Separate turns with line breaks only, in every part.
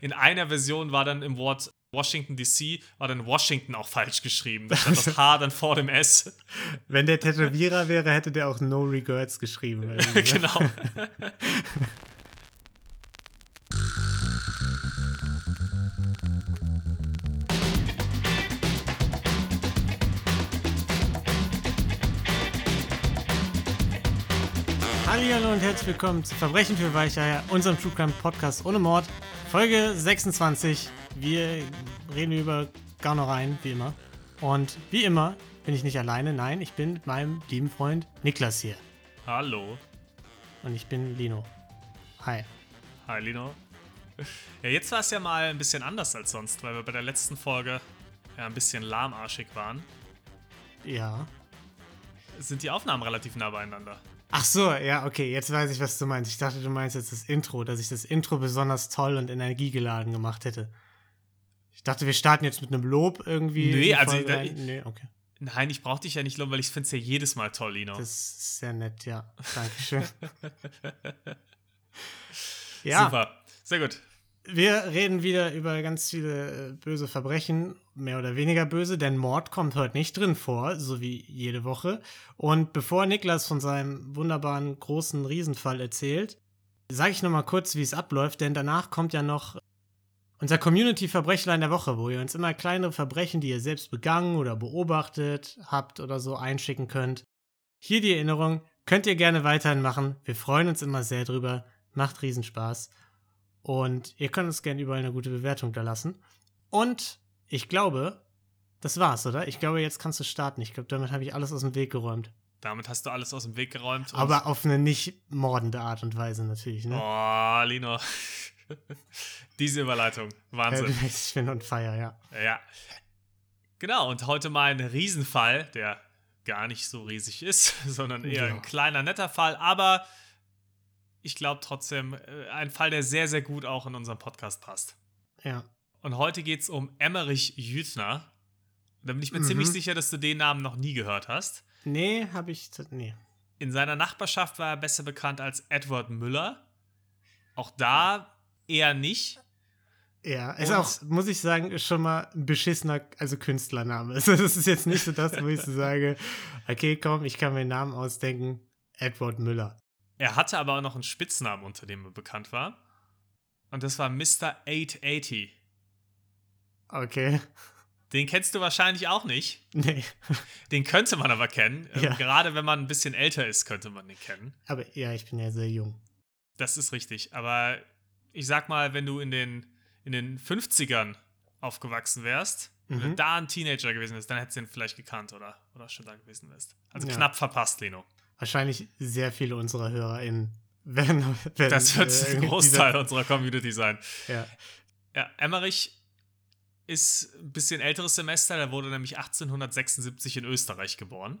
In einer Version war dann im Wort Washington DC, war dann Washington auch falsch geschrieben. Da stand das H dann vor dem S.
Wenn der Tätowierer wäre, hätte der auch No Regrets geschrieben.
Genau.
Hallo und herzlich willkommen zu Verbrechen für Weicheier, unserem True Crime Podcast ohne Mord. Folge 26. Wir reden über Gaunereien, wie immer. Und wie immer bin ich nicht alleine, nein, ich bin mit meinem lieben Freund Niklas hier.
Hallo.
Und ich bin Lino. Hi.
Hi, Lino. Ja, jetzt war es ja mal ein bisschen anders als sonst, weil wir bei der letzten Folge ja ein bisschen lahmarschig waren.
Ja.
Sind die Aufnahmen relativ nah beieinander.
Ach so, ja, okay, jetzt weiß ich, was du meinst. Ich dachte, du meinst jetzt das Intro, dass ich das Intro besonders toll und energiegeladen gemacht hätte. Ich dachte, wir starten jetzt mit einem Lob irgendwie.
Nee, also
nee, okay.
Nein, ich brauch dich ja nicht loben, weil ich finde es ja jedes Mal toll, Lino.
Das ist sehr nett, ja. Dankeschön. Ja.
Super, sehr gut.
Wir reden wieder über ganz viele böse Verbrechen, mehr oder weniger böse, denn Mord kommt heute nicht drin vor, so wie jede Woche. Und bevor Niklas von seinem wunderbaren, großen Riesenfall erzählt, sage ich nochmal kurz, wie es abläuft, denn danach kommt ja noch unser Community-Verbrechlein der Woche, wo ihr uns immer kleinere Verbrechen, die ihr selbst begangen oder beobachtet habt oder so, einschicken könnt. Hier die Erinnerung, könnt ihr gerne weiterhin machen. Wir freuen uns immer sehr drüber. Macht Riesenspaß. Und ihr könnt uns gerne überall eine gute Bewertung da lassen. Und ich glaube, das war's, oder? Ich glaube, jetzt kannst du starten. Ich glaube, damit habe ich alles aus dem Weg geräumt.
Damit hast du alles aus dem Weg geräumt.
Aber auf eine nicht mordende Art und Weise natürlich, ne?
Oh, Lino. Diese Überleitung. Wahnsinn.
Ja, ich bin on fire, ja.
Ja. Genau, und heute mal ein Riesenfall, der gar nicht so riesig ist, sondern eher ein kleiner, netter Fall, aber ich glaube trotzdem ein Fall, der sehr, sehr gut auch in unseren Podcast passt.
Ja.
Und heute geht es um Emmerich Jüthner. Da bin ich mir ziemlich sicher, dass du den Namen noch nie gehört hast.
Nee.
In seiner Nachbarschaft war er besser bekannt als Edward Müller. Auch da eher nicht.
Ja, ist auch, muss ich sagen, schon mal ein beschissener, also Künstlername. Also das ist jetzt nicht so das, wo ich so sage, okay, komm, ich kann mir einen Namen ausdenken, Edward Müller.
Er hatte aber auch noch einen Spitznamen, unter dem er bekannt war. Und das war Mr. 880.
Okay.
Den kennst du wahrscheinlich auch nicht.
Nee.
Den könnte man aber kennen.
Ja.
Gerade wenn man ein bisschen älter ist, könnte man den kennen.
Aber ja, ich bin ja sehr jung.
Das ist richtig. Aber ich sag mal, wenn du in den 50ern aufgewachsen wärst, wenn du da ein Teenager gewesen wärst, dann hättest du ihn vielleicht gekannt oder schon da gewesen wärst. Also knapp verpasst, Lino.
Wahrscheinlich sehr viele unserer HörerInnen werden
das wird ein Großteil unserer Community sein.
Ja.
Ja, Emmerich ist ein bisschen älteres Semester. Der wurde nämlich 1876 in Österreich geboren.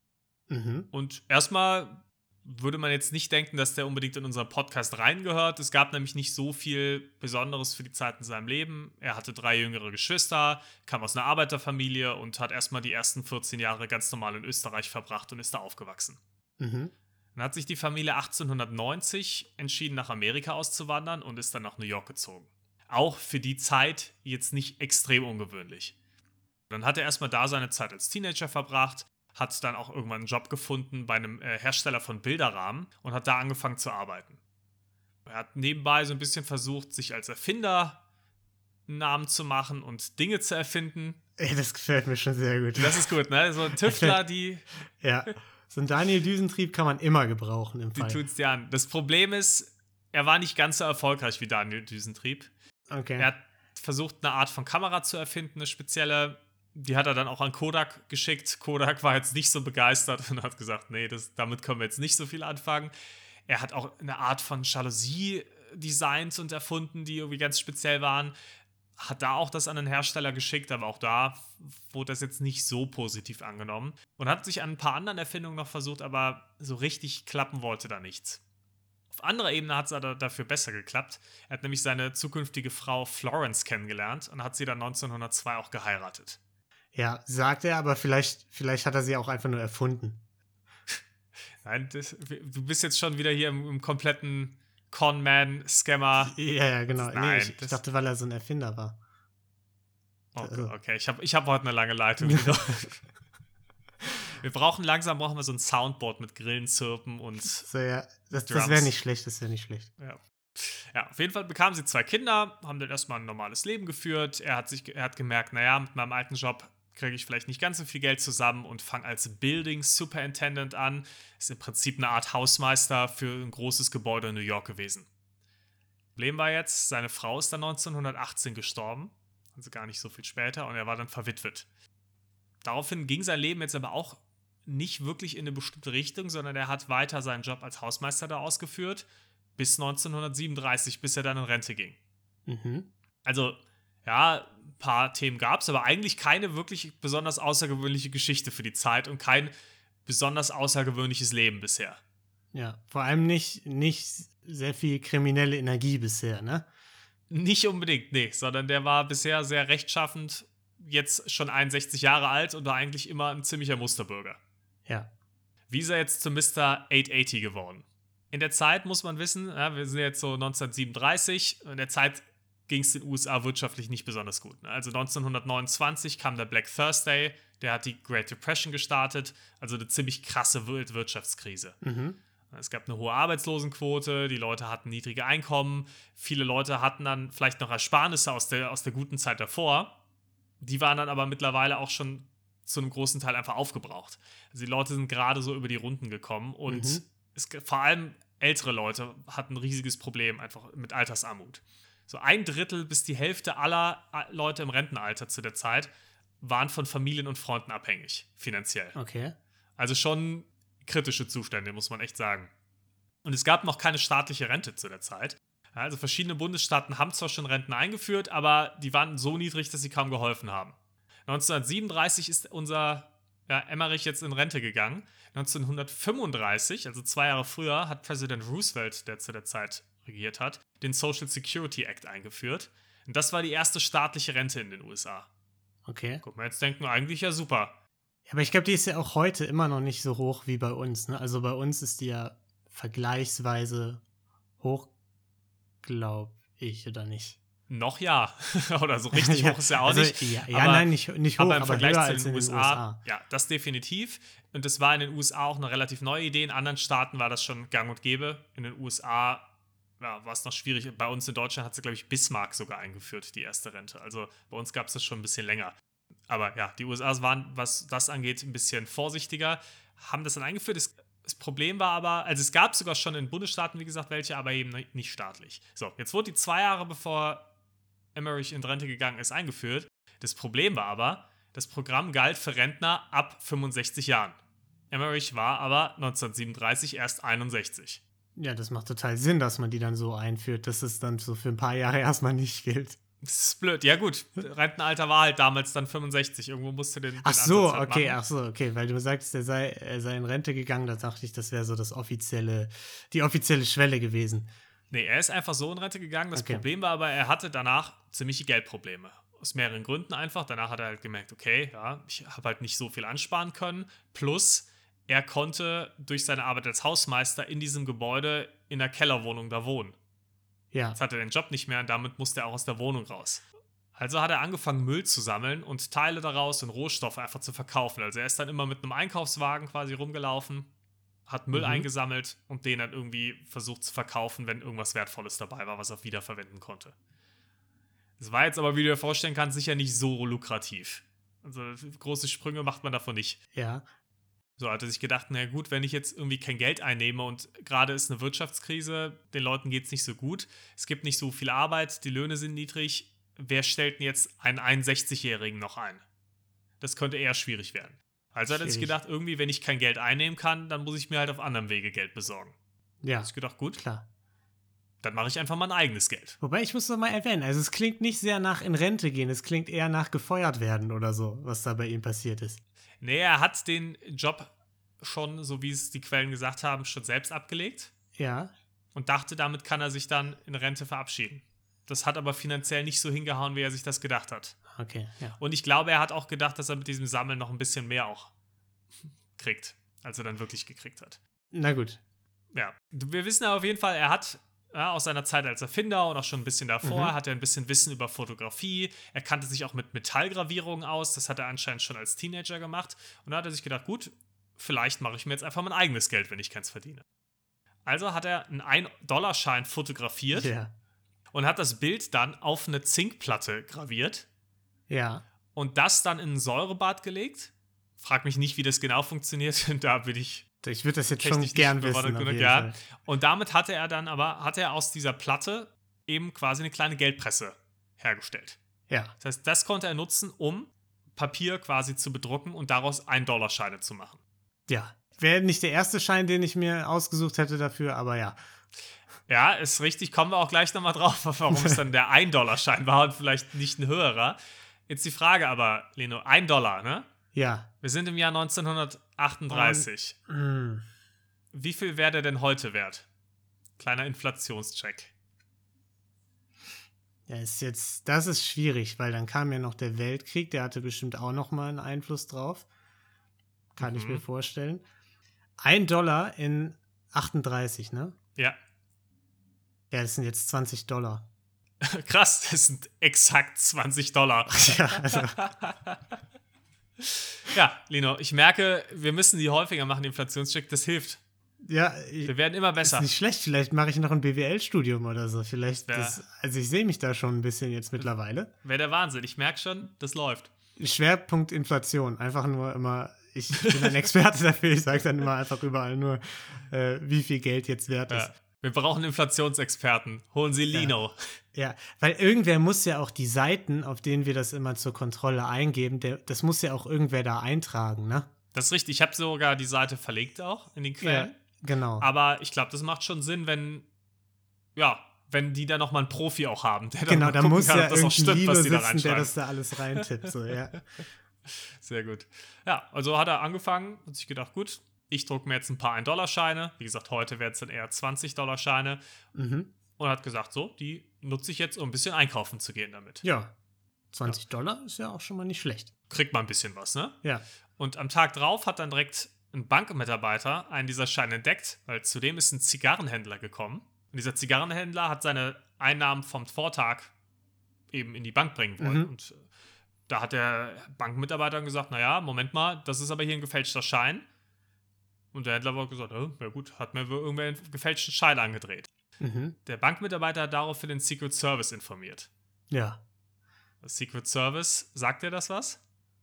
Und erstmal würde man jetzt nicht denken, dass der unbedingt in unseren Podcast reingehört. Es gab nämlich nicht so viel Besonderes für die Zeit in seinem Leben. Er hatte 3 jüngere Geschwister, kam aus einer Arbeiterfamilie und hat erstmal die ersten 14 Jahre ganz normal in Österreich verbracht und ist da aufgewachsen. Dann hat sich die Familie 1890 entschieden, nach Amerika auszuwandern und ist dann nach New York gezogen. Auch für die Zeit jetzt nicht extrem ungewöhnlich. Dann hat er erstmal da seine Zeit als Teenager verbracht, hat dann auch irgendwann einen Job gefunden bei einem Hersteller von Bilderrahmen und hat da angefangen zu arbeiten. Er hat nebenbei so ein bisschen versucht, sich als Erfinder einen Namen zu machen und Dinge zu erfinden.
Ey, das gefällt mir schon sehr gut.
Das ist gut, ne? So ein Tüftler, die...
Ja, so ein Daniel Düsentrieb kann man immer gebrauchen im Fall.
Die tut's dir an. Das Problem ist, er war nicht ganz so erfolgreich wie Daniel Düsentrieb.
Okay.
Er hat versucht, eine Art von Kamera zu erfinden, eine spezielle. Die hat er dann auch an Kodak geschickt. Kodak war jetzt nicht so begeistert und hat gesagt, nee, damit können wir jetzt nicht so viel anfangen. Er hat auch eine Art von Jalousie designt und erfunden, die irgendwie ganz speziell waren. Hat da auch das an den Hersteller geschickt, aber auch da wurde das jetzt nicht so positiv angenommen. Und hat sich an ein paar anderen Erfindungen noch versucht, aber so richtig klappen wollte da nichts. Auf anderer Ebene hat es aber dafür besser geklappt. Er hat nämlich seine zukünftige Frau Florence kennengelernt und hat sie dann 1902 auch geheiratet.
Ja, sagt er, aber vielleicht hat er sie auch einfach nur erfunden.
Nein, du bist jetzt schon wieder hier im kompletten Conman, Scammer.
Ja, genau.
Nein,
ich dachte, weil er so ein Erfinder war.
Okay, ich hab heute eine lange Leitung. Wir brauchen wir so ein Soundboard mit Grillenzirpen und
so, ja. Das
Drums.
wäre nicht schlecht,
Ja, auf jeden Fall bekamen sie 2 Kinder, haben dann erstmal ein normales Leben geführt. Er hat gemerkt, naja, mit meinem alten Job kriege ich vielleicht nicht ganz so viel Geld zusammen und fange als Building Superintendent an. Ist im Prinzip eine Art Hausmeister für ein großes Gebäude in New York gewesen. Problem war jetzt, seine Frau ist dann 1918 gestorben, also gar nicht so viel später, und er war dann verwitwet. Daraufhin ging sein Leben jetzt aber auch nicht wirklich in eine bestimmte Richtung, sondern er hat weiter seinen Job als Hausmeister da ausgeführt, bis 1937, bis er dann in Rente ging.
Mhm.
Also, ja, ein paar Themen gab es, aber eigentlich keine wirklich besonders außergewöhnliche Geschichte für die Zeit und kein besonders außergewöhnliches Leben bisher.
Ja, vor allem nicht sehr viel kriminelle Energie bisher, ne?
Nicht unbedingt, nee, sondern der war bisher sehr rechtschaffend, jetzt schon 61 Jahre alt und war eigentlich immer ein ziemlicher Musterbürger.
Ja.
Wie ist er jetzt zu Mr. 880 geworden? In der Zeit muss man wissen, ja, wir sind jetzt so 1937, in der Zeit ging es den USA wirtschaftlich nicht besonders gut. Also 1929 kam der Black Thursday, der hat die Great Depression gestartet, also eine ziemlich krasse Wirtschaftskrise.
Mhm.
Es gab eine hohe Arbeitslosenquote, die Leute hatten niedrige Einkommen, viele Leute hatten dann vielleicht noch Ersparnisse aus der guten Zeit davor, die waren dann aber mittlerweile auch schon zu einem großen Teil einfach aufgebraucht. Also die Leute sind gerade so über die Runden gekommen und vor allem ältere Leute hatten ein riesiges Problem einfach mit Altersarmut. So 1/3 bis die Hälfte aller Leute im Rentenalter zu der Zeit waren von Familien und Freunden abhängig, finanziell.
Okay.
Also schon kritische Zustände, muss man echt sagen. Und es gab noch keine staatliche Rente zu der Zeit. Also verschiedene Bundesstaaten haben zwar schon Renten eingeführt, aber die waren so niedrig, dass sie kaum geholfen haben. 1937 ist unser Emmerich jetzt in Rente gegangen. 1935, also 2 Jahre früher, hat Präsident Roosevelt, der zu der Zeit regiert hat, den Social Security Act eingeführt. Und das war die erste staatliche Rente in den USA.
Okay.
Guck mal, jetzt denken wir eigentlich ja super.
Ja, aber ich glaube, die ist ja auch heute immer noch nicht so hoch wie bei uns, ne? Also bei uns ist die ja vergleichsweise hoch, glaube ich, oder nicht?
Noch ja. Oder so richtig hoch ist ja auch
also,
nicht.
Nein, nicht hoch,
aber im Vergleich
höher
zu
als
den
in
USA. Ja, das definitiv. Und das war in den USA auch eine relativ neue Idee. In anderen Staaten war das schon gang und gäbe. In den USA war es noch schwierig. Bei uns in Deutschland hat sie, glaube ich, Bismarck sogar eingeführt, die erste Rente. Also bei uns gab es das schon ein bisschen länger. Aber ja, die USA waren, was das angeht, ein bisschen vorsichtiger, haben das dann eingeführt. Das Problem war aber, also es gab sogar schon in Bundesstaaten, wie gesagt, welche, aber eben nicht staatlich. So, jetzt wurde die 2 Jahre bevor Emmerich in Rente gegangen ist, eingeführt. Das Problem war aber, das Programm galt für Rentner ab 65 Jahren. Emmerich war aber 1937 erst 61.
Ja, das macht total Sinn, dass man die dann so einführt, dass es dann so für ein paar Jahre erstmal nicht gilt.
Das ist blöd. Ja gut, Rentenalter war halt damals dann 65. Irgendwo musste den
Ach so,
halt
okay, weil du sagst, er sei in Rente gegangen, da dachte ich, das wäre so die offizielle Schwelle gewesen.
Nee, er ist einfach so in Rente gegangen. Das Problem war aber, er hatte danach ziemliche Geldprobleme. Aus mehreren Gründen einfach. Danach hat er halt gemerkt, okay, ja, ich habe halt nicht so viel ansparen können. Plus, er konnte durch seine Arbeit als Hausmeister in diesem Gebäude in der Kellerwohnung da wohnen.
Ja.
Jetzt hat er den Job nicht mehr und damit musste er auch aus der Wohnung raus. Also hat er angefangen, Müll zu sammeln und Teile daraus und Rohstoffe einfach zu verkaufen. Also er ist dann immer mit einem Einkaufswagen quasi rumgelaufen, hat Müll eingesammelt und den dann irgendwie versucht zu verkaufen, wenn irgendwas Wertvolles dabei war, was er wiederverwenden konnte. Das war jetzt aber, wie du dir vorstellen kannst, sicher nicht so lukrativ. Also große Sprünge macht man davon nicht.
Ja.
So hat er sich gedacht, na gut, wenn ich jetzt irgendwie kein Geld einnehme und gerade ist eine Wirtschaftskrise, den Leuten geht es nicht so gut, es gibt nicht so viel Arbeit, die Löhne sind niedrig, wer stellt denn jetzt einen 61-Jährigen noch ein? Das könnte eher schwierig werden. Also hat er sich gedacht, irgendwie, wenn ich kein Geld einnehmen kann, dann muss ich mir halt auf anderem Wege Geld besorgen.
Ja.
Da habe ich gedacht, gut,
klar.
Dann mache ich einfach mein eigenes Geld.
Wobei, ich muss noch mal erwähnen, also es klingt nicht sehr nach in Rente gehen, es klingt eher nach gefeuert werden oder so, was da bei ihm passiert ist.
Nee, er hat den Job schon, so wie es die Quellen gesagt haben, schon selbst abgelegt.
Ja.
Und dachte, damit kann er sich dann in Rente verabschieden. Das hat aber finanziell nicht so hingehauen, wie er sich das gedacht hat.
Okay, ja.
Und ich glaube, er hat auch gedacht, dass er mit diesem Sammeln noch ein bisschen mehr auch kriegt, als er dann wirklich gekriegt hat.
Na gut.
Ja, wir wissen ja auf jeden Fall, er hat Ja, aus seiner Zeit als Erfinder und auch schon ein bisschen davor,
Mhm.
hat er ein bisschen Wissen über Fotografie. Er kannte sich auch mit Metallgravierungen aus. Das hat er anscheinend schon als Teenager gemacht. Und da hat er sich gedacht, gut, vielleicht mache ich mir jetzt einfach mein eigenes Geld, wenn ich keins verdiene. Also hat er einen 1-Dollar-Schein fotografiert
Ja.
und hat das Bild dann auf eine Zinkplatte graviert
Ja.
und das dann in ein Säurebad gelegt. Frag mich nicht, wie das genau funktioniert. Da bin ich
Ich würde das jetzt schon
technisch
gern
nicht bewandert
wissen, auf
genug,
jeden
ja.
Fall.
Und damit hatte er aus dieser Platte eben quasi eine kleine Geldpresse hergestellt.
Ja.
Das heißt, das konnte er nutzen, um Papier quasi zu bedrucken und daraus 1-Dollar-Scheine zu machen.
Ja. Wäre nicht der erste Schein, den ich mir ausgesucht hätte dafür, aber ja.
Ja, ist richtig. Kommen wir auch gleich nochmal drauf, warum es dann der 1-Dollar-Schein war und vielleicht nicht ein höherer. Jetzt die Frage aber, Leno, 1 Dollar, ne?
Ja.
Wir sind im Jahr 1938. Wie viel wäre der denn heute wert? Kleiner Inflationscheck.
Ja, das ist schwierig, weil dann kam ja noch der Weltkrieg, der hatte bestimmt auch noch mal einen Einfluss drauf. Kann ich mir vorstellen. 1 Dollar in 38, ne?
Ja.
Ja, das sind jetzt 20 Dollar.
Krass, das sind exakt 20 Dollar.
Ja, also,
Ja, Lino, ich merke, wir müssen die häufiger machen, den Inflationscheck. Das hilft.
ja,
Wir werden immer besser.
ist nicht schlecht. Vielleicht mache ich noch ein BWL-Studium oder so. Vielleicht,
Ja.
also ich sehe mich da schon ein bisschen jetzt mittlerweile.
Wäre der Wahnsinn. Ich merke schon, das läuft.
Schwerpunkt Inflation. Einfach nur immer, ich bin ein Experte dafür. Ich sage dann immer einfach überall nur, wie viel Geld jetzt wert ist.
Ja. Wir brauchen Inflationsexperten. Holen Sie Lino.
Ja, weil irgendwer muss ja auch die Seiten, auf denen wir das immer zur Kontrolle eingeben, das muss ja auch irgendwer da eintragen, ne?
Das ist richtig. Ich habe sogar die Seite verlinkt auch in den Quellen.
Ja, genau.
Aber ich glaube, das macht schon Sinn, wenn die da nochmal einen Profi auch haben, der
Genau,
mal
da
gucken
muss
kann,
ja
ob das auch
irgendein
stimmt,
Lilo
was die da
sitzen, der
reinschreiben.
das da alles reintippt, so, ja.
Sehr gut. Ja, also hat er angefangen und sich gedacht, gut, ich drucke mir jetzt ein paar 1-Dollar-Scheine. Wie gesagt, heute wären es dann eher 20-Dollar-Scheine.
Mhm.
Und hat gesagt, so, die nutze ich jetzt, um ein bisschen einkaufen zu gehen damit.
Ja, 20 Dollar ist ja auch schon mal nicht schlecht.
Kriegt man ein bisschen was, ne?
Ja.
Und am Tag drauf hat dann direkt ein Bankmitarbeiter einen dieser Scheine entdeckt, weil zudem ist ein Zigarrenhändler gekommen. Und dieser Zigarrenhändler hat seine Einnahmen vom Vortag eben in die Bank bringen wollen.
Mhm.
Und da hat der Bankmitarbeiter gesagt, naja, Moment mal, das ist aber hier ein gefälschter Schein. Und der Händler hat gesagt, ja gut, hat mir wohl irgendwer einen gefälschten Schein angedreht.
Mhm.
Der Bankmitarbeiter hat daraufhin den Secret Service informiert.
Ja.
Das Secret Service, sagt dir das was?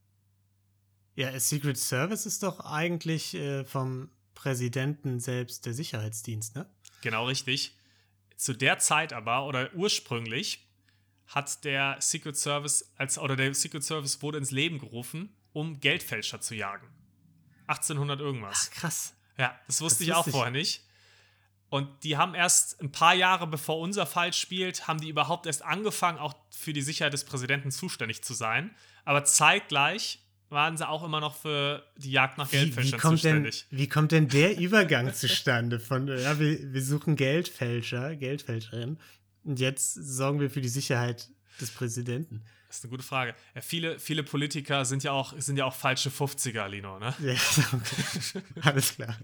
Ja, Secret Service ist doch eigentlich vom Präsidenten selbst der Sicherheitsdienst, ne?
Genau richtig. Zu der Zeit aber, oder ursprünglich, hat der Secret Service der Secret Service wurde ins Leben gerufen, um Geldfälscher zu jagen. 1800 irgendwas.
Ach, krass.
Ja, das wusste
Das
ich auch
wusste ich.
vorher nicht. Und die haben erst ein paar Jahre bevor unser Fall spielt, haben die überhaupt erst angefangen, auch für die Sicherheit des Präsidenten zuständig zu sein. Aber zeitgleich waren sie auch immer noch für die Jagd nach Geldfälschern zuständig.
Wie kommt denn der Übergang zustande von, ja, wir suchen Geldfälscherin und jetzt sorgen wir für die Sicherheit des Präsidenten?
Das ist eine gute Frage. Ja, viele Politiker sind ja auch falsche 50er, Lino, ne?
Ja, okay. Alles klar.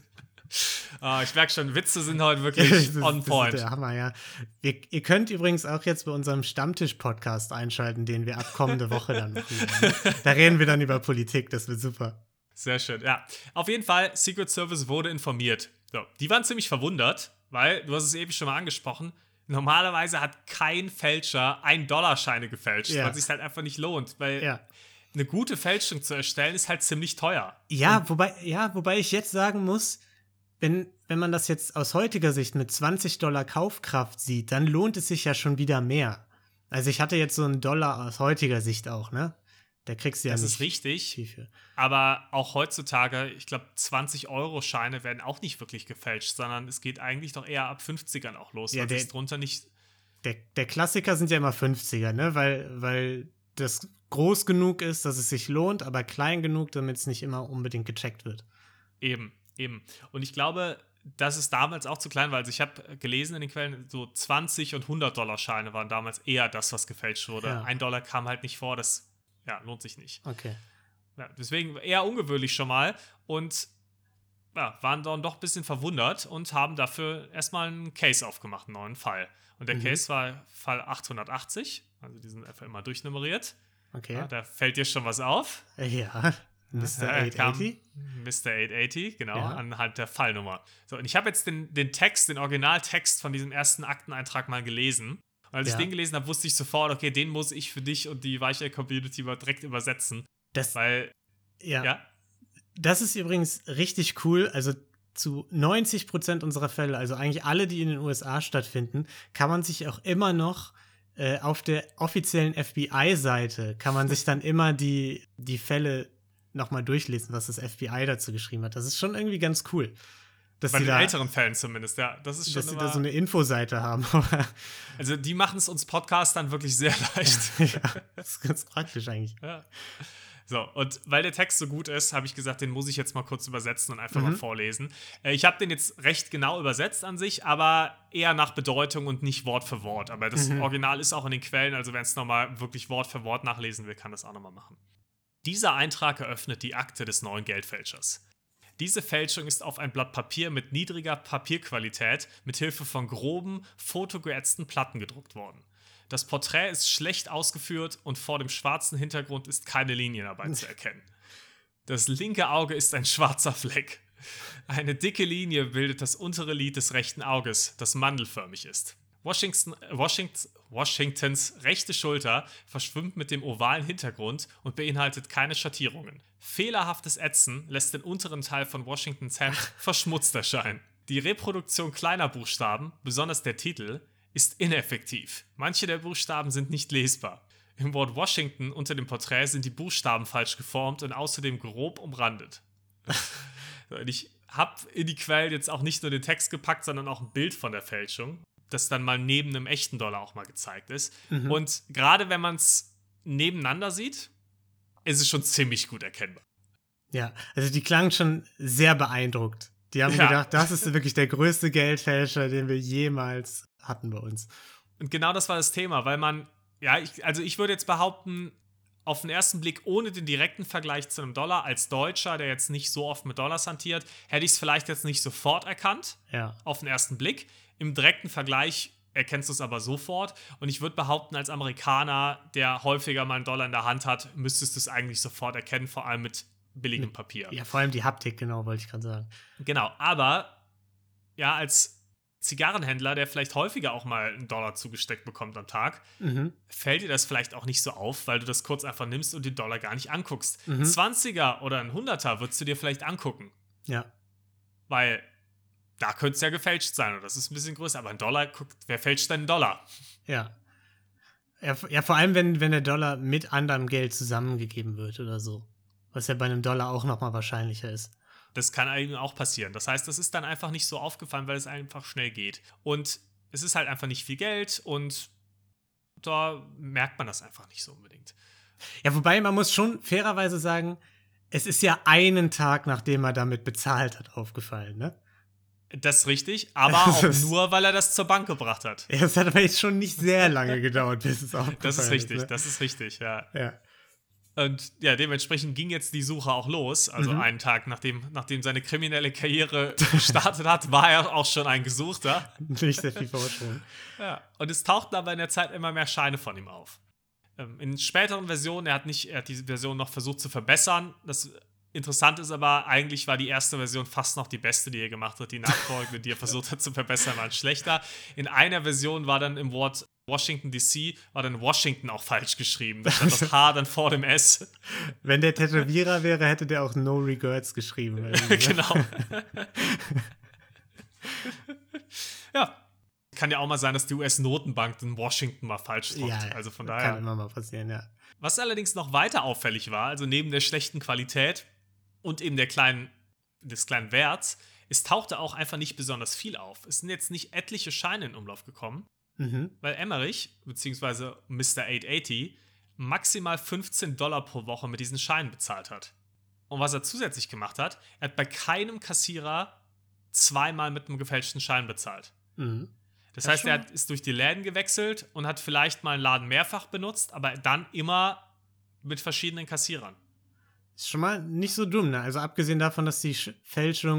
Ich merke schon, Witze sind heute wirklich on point.
Das ist der Hammer, ja. Ihr könnt übrigens auch jetzt bei unserem Stammtisch-Podcast einschalten, den wir ab kommende Woche dann machen werden. Da reden wir dann über Politik, das wird super.
Sehr schön, ja. Auf jeden Fall, Secret Service wurde informiert. So, die waren ziemlich verwundert, weil, du hast es eben schon mal angesprochen, normalerweise hat kein Fälscher 1-Dollar-Scheine gefälscht, weil es sich halt einfach nicht lohnt, weil eine gute Fälschung zu erstellen ist halt ziemlich teuer.
Wobei ich jetzt sagen muss, wenn man das jetzt aus heutiger Sicht mit 20 Dollar Kaufkraft sieht, dann lohnt es sich ja schon wieder mehr. Also ich hatte jetzt so einen Dollar aus heutiger Sicht auch, ne? Da kriegst du ja
das
nicht
ist richtig,
viel für.
aber auch heutzutage, ich glaube 20-Euro-Scheine werden auch nicht wirklich gefälscht, sondern es geht eigentlich doch eher ab 50ern auch los, weil es drunter nicht...
Der Klassiker sind ja immer 50er, ne? Weil das groß genug ist, dass es sich lohnt, aber klein genug, damit es nicht immer unbedingt gecheckt wird.
Eben. Und ich glaube, dass es damals auch zu klein war. Also ich habe gelesen in den Quellen, so 20 und 100-Dollar-Scheine waren damals eher das, was gefälscht wurde.
Ja.
1 Dollar kam halt nicht vor, das lohnt sich nicht.
Okay.
Ja, deswegen eher ungewöhnlich schon mal. Und waren dann doch ein bisschen verwundert und haben dafür erstmal einen Case aufgemacht, einen neuen Fall. Und der Case war Fall 880, also die sind einfach immer durchnummeriert.
Okay.
Ja, da fällt dir schon was auf.
Ja, Mr. 880.
Mr. 880, genau,
Ja.
anhand der Fallnummer. So, und ich habe jetzt den Originaltext von diesem ersten Akteneintrag mal gelesen. Und als ich den gelesen habe, wusste ich sofort, okay, den muss ich für dich und die Weichei-Community direkt übersetzen.
Ja. Das ist übrigens richtig cool. Also zu 90% unserer Fälle, also eigentlich alle, die in den USA stattfinden, kann man sich auch immer noch auf der offiziellen FBI-Seite kann man sich dann immer die Fälle nochmal durchlesen, was das FBI dazu geschrieben hat. Das ist schon irgendwie ganz cool.
Bei den älteren Fällen zumindest, ja. Das ist schon
dass sie da so eine Infoseite haben.
Also die machen es uns Podcastern wirklich sehr leicht.
Ja, das ist ganz praktisch eigentlich.
Ja. So, und weil der Text so gut ist, habe ich gesagt, den muss ich jetzt mal kurz übersetzen und einfach mal vorlesen. Ich habe den jetzt recht genau übersetzt an sich, aber eher nach Bedeutung und nicht Wort für Wort. Aber das Original ist auch in den Quellen, also wer es nochmal wirklich Wort für Wort nachlesen will, kann das auch nochmal machen. Dieser Eintrag eröffnet die Akte des neuen Geldfälschers. Diese Fälschung ist auf ein Blatt Papier mit niedriger Papierqualität mit Hilfe von groben, fotogeätzten Platten gedruckt worden. Das Porträt ist schlecht ausgeführt und vor dem schwarzen Hintergrund ist keine Linienarbeit zu erkennen. Das linke Auge ist ein schwarzer Fleck. Eine dicke Linie bildet das untere Lid des rechten Auges, das mandelförmig ist. Washingtons rechte Schulter verschwimmt mit dem ovalen Hintergrund und beinhaltet keine Schattierungen. Fehlerhaftes Ätzen lässt den unteren Teil von Washingtons Hemd verschmutzt erscheinen. Die Reproduktion kleiner Buchstaben, besonders der Titel, ist ineffektiv. Manche der Buchstaben sind nicht lesbar. Im Wort Washington unter dem Porträt sind die Buchstaben falsch geformt und außerdem grob umrandet. Ich habe in die Quellen jetzt auch nicht nur den Text gepackt, sondern auch ein Bild von der Fälschung, das dann mal neben einem echten Dollar auch mal gezeigt ist. Und gerade wenn man es nebeneinander sieht, ist es schon ziemlich gut erkennbar.
Ja, also die klangen schon sehr beeindruckt. Die haben gedacht, das ist wirklich der größte Geldfälscher, den wir jemals hatten bei uns.
Und genau das war das Thema, weil man, ich würde jetzt behaupten, auf den ersten Blick, ohne den direkten Vergleich zu einem Dollar, als Deutscher, der jetzt nicht so oft mit Dollars hantiert, hätte ich es vielleicht jetzt nicht sofort erkannt, auf den ersten Blick. Im direkten Vergleich erkennst du es aber sofort. Und ich würde behaupten, als Amerikaner, der häufiger mal einen Dollar in der Hand hat, müsstest du es eigentlich sofort erkennen, vor allem mit billigem Papier.
Ja, vor allem die Haptik, genau, wollte ich gerade sagen.
Genau, aber ja, als Zigarrenhändler, der vielleicht häufiger auch mal einen Dollar zugesteckt bekommt am Tag, fällt dir das vielleicht auch nicht so auf, weil du das kurz einfach nimmst und den Dollar gar nicht anguckst. 20er oder ein 100er würdest du dir vielleicht angucken.
Ja.
Weil da könnte es ja gefälscht sein, oder das ist ein bisschen größer. Aber ein Dollar, wer fälscht denn einen Dollar?
Ja. Ja, vor allem, wenn der Dollar mit anderem Geld zusammengegeben wird oder so. Was ja bei einem Dollar auch nochmal wahrscheinlicher ist.
Das kann eben auch passieren. Das heißt, das ist dann einfach nicht so aufgefallen, weil es einfach schnell geht. Und es ist halt einfach nicht viel Geld und da merkt man das einfach nicht so unbedingt.
Ja, wobei man muss schon fairerweise sagen, es ist ja einen Tag, nachdem er damit bezahlt hat, aufgefallen, ne?
Das ist richtig, aber auch nur, weil er das zur Bank gebracht hat.
Ja, es hat aber jetzt schon nicht sehr lange gedauert, bis es aufgefallen ist.
Das ist richtig, ja.
Ja.
Und ja, dementsprechend ging jetzt die Suche auch los. Also einen Tag, nachdem seine kriminelle Karriere gestartet hat, war er auch schon ein Gesuchter.
Nicht sehr viel Vorsprung.
Ja. Und es tauchten aber in der Zeit immer mehr Scheine von ihm auf. In späteren Versionen, er hat diese Version noch versucht zu verbessern. Das Interessante ist aber, eigentlich war die erste Version fast noch die beste, die er gemacht hat. Die nachfolgende, die er versucht hat zu verbessern, war schlechter. In einer Version war dann im Wort Washington DC, war dann Washington auch falsch geschrieben. Da stand das H dann vor dem S.
Wenn der Tätowierer wäre, hätte der auch No Regrets geschrieben.
Genau. Ja. Kann ja auch mal sein, dass die US-Notenbank den Washington mal falsch druckt.
Ja,
also von daher.
Kann immer mal passieren, ja.
Was allerdings noch weiter auffällig war, also neben der schlechten Qualität und eben des kleinen Werts, es tauchte auch einfach nicht besonders viel auf. Es sind jetzt nicht etliche Scheine in Umlauf gekommen, weil Emmerich, beziehungsweise Mr. 880, maximal $15 pro Woche mit diesen Scheinen bezahlt hat. Und was er zusätzlich gemacht hat, er hat bei keinem Kassierer zweimal mit einem gefälschten Schein bezahlt. Das heißt, er ist durch die Läden gewechselt und hat vielleicht mal einen Laden mehrfach benutzt, aber dann immer mit verschiedenen Kassierern.
Ist schon mal nicht so dumm, ne? Also abgesehen davon, dass die Fälschung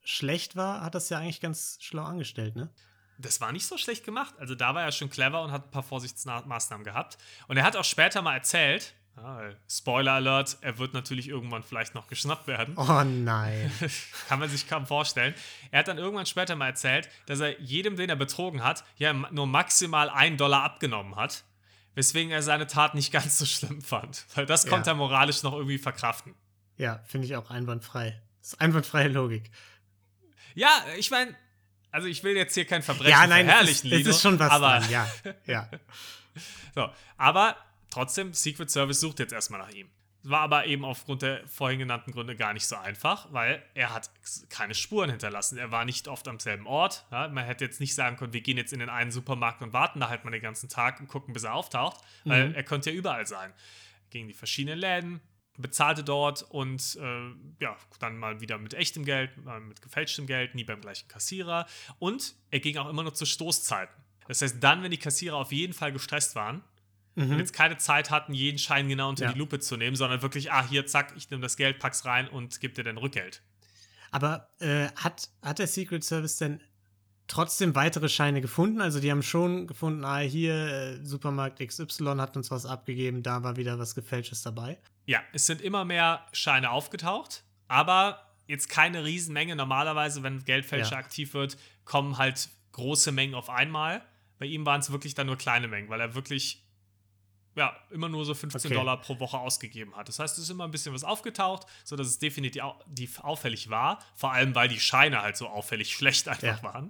schlecht war, hat das ja eigentlich ganz schlau angestellt, ne?
Das war nicht so schlecht gemacht. Also da war er schon clever und hat ein paar Vorsichtsmaßnahmen gehabt. Und er hat auch später mal erzählt, Spoiler Alert, er wird natürlich irgendwann vielleicht noch geschnappt werden.
Oh nein.
Kann man sich kaum vorstellen. Er hat dann irgendwann später mal erzählt, dass er jedem, den er betrogen hat, ja nur maximal $1 abgenommen hat, weswegen er seine Tat nicht ganz so schlimm fand. Weil das konnte er moralisch noch irgendwie verkraften.
Ja, finde ich auch einwandfrei. Das ist einwandfreie Logik.
Ja, ich meine, also ich will jetzt hier kein Verbrechen verherrlichen,
Lino. Es ist schon was
aber
dran, ja.
So, aber trotzdem, Secret Service sucht jetzt erstmal nach ihm. War aber eben aufgrund der vorhin genannten Gründe gar nicht so einfach, weil er hat keine Spuren hinterlassen. Er war nicht oft am selben Ort. Ja? Man hätte jetzt nicht sagen können, wir gehen jetzt in den einen Supermarkt und warten da halt mal den ganzen Tag und gucken, bis er auftaucht, weil er könnte ja überall sein. Er ging in die verschiedenen Läden, bezahlte dort und dann mal wieder mit echtem Geld, mal mit gefälschtem Geld, nie beim gleichen Kassierer. Und er ging auch immer nur zu Stoßzeiten. Das heißt, dann, wenn die Kassierer auf jeden Fall gestresst waren, und jetzt keine Zeit hatten, jeden Schein genau unter die Lupe zu nehmen, sondern wirklich, hier, zack, ich nehme das Geld, pack's rein und gebe dir dann Rückgeld.
Aber hat der Secret Service denn trotzdem weitere Scheine gefunden? Also die haben schon gefunden, hier, Supermarkt XY hat uns was abgegeben, da war wieder was Gefälschtes dabei.
Ja, es sind immer mehr Scheine aufgetaucht, aber jetzt keine Riesenmenge. Normalerweise, wenn Geldfälscher aktiv wird, kommen halt große Mengen auf einmal. Bei ihm waren es wirklich dann nur kleine Mengen, weil er wirklich immer nur so $15 pro Woche ausgegeben hat. Das heißt, es ist immer ein bisschen was aufgetaucht, sodass es definitiv auffällig war. Vor allem, weil die Scheine halt so auffällig schlecht einfach waren.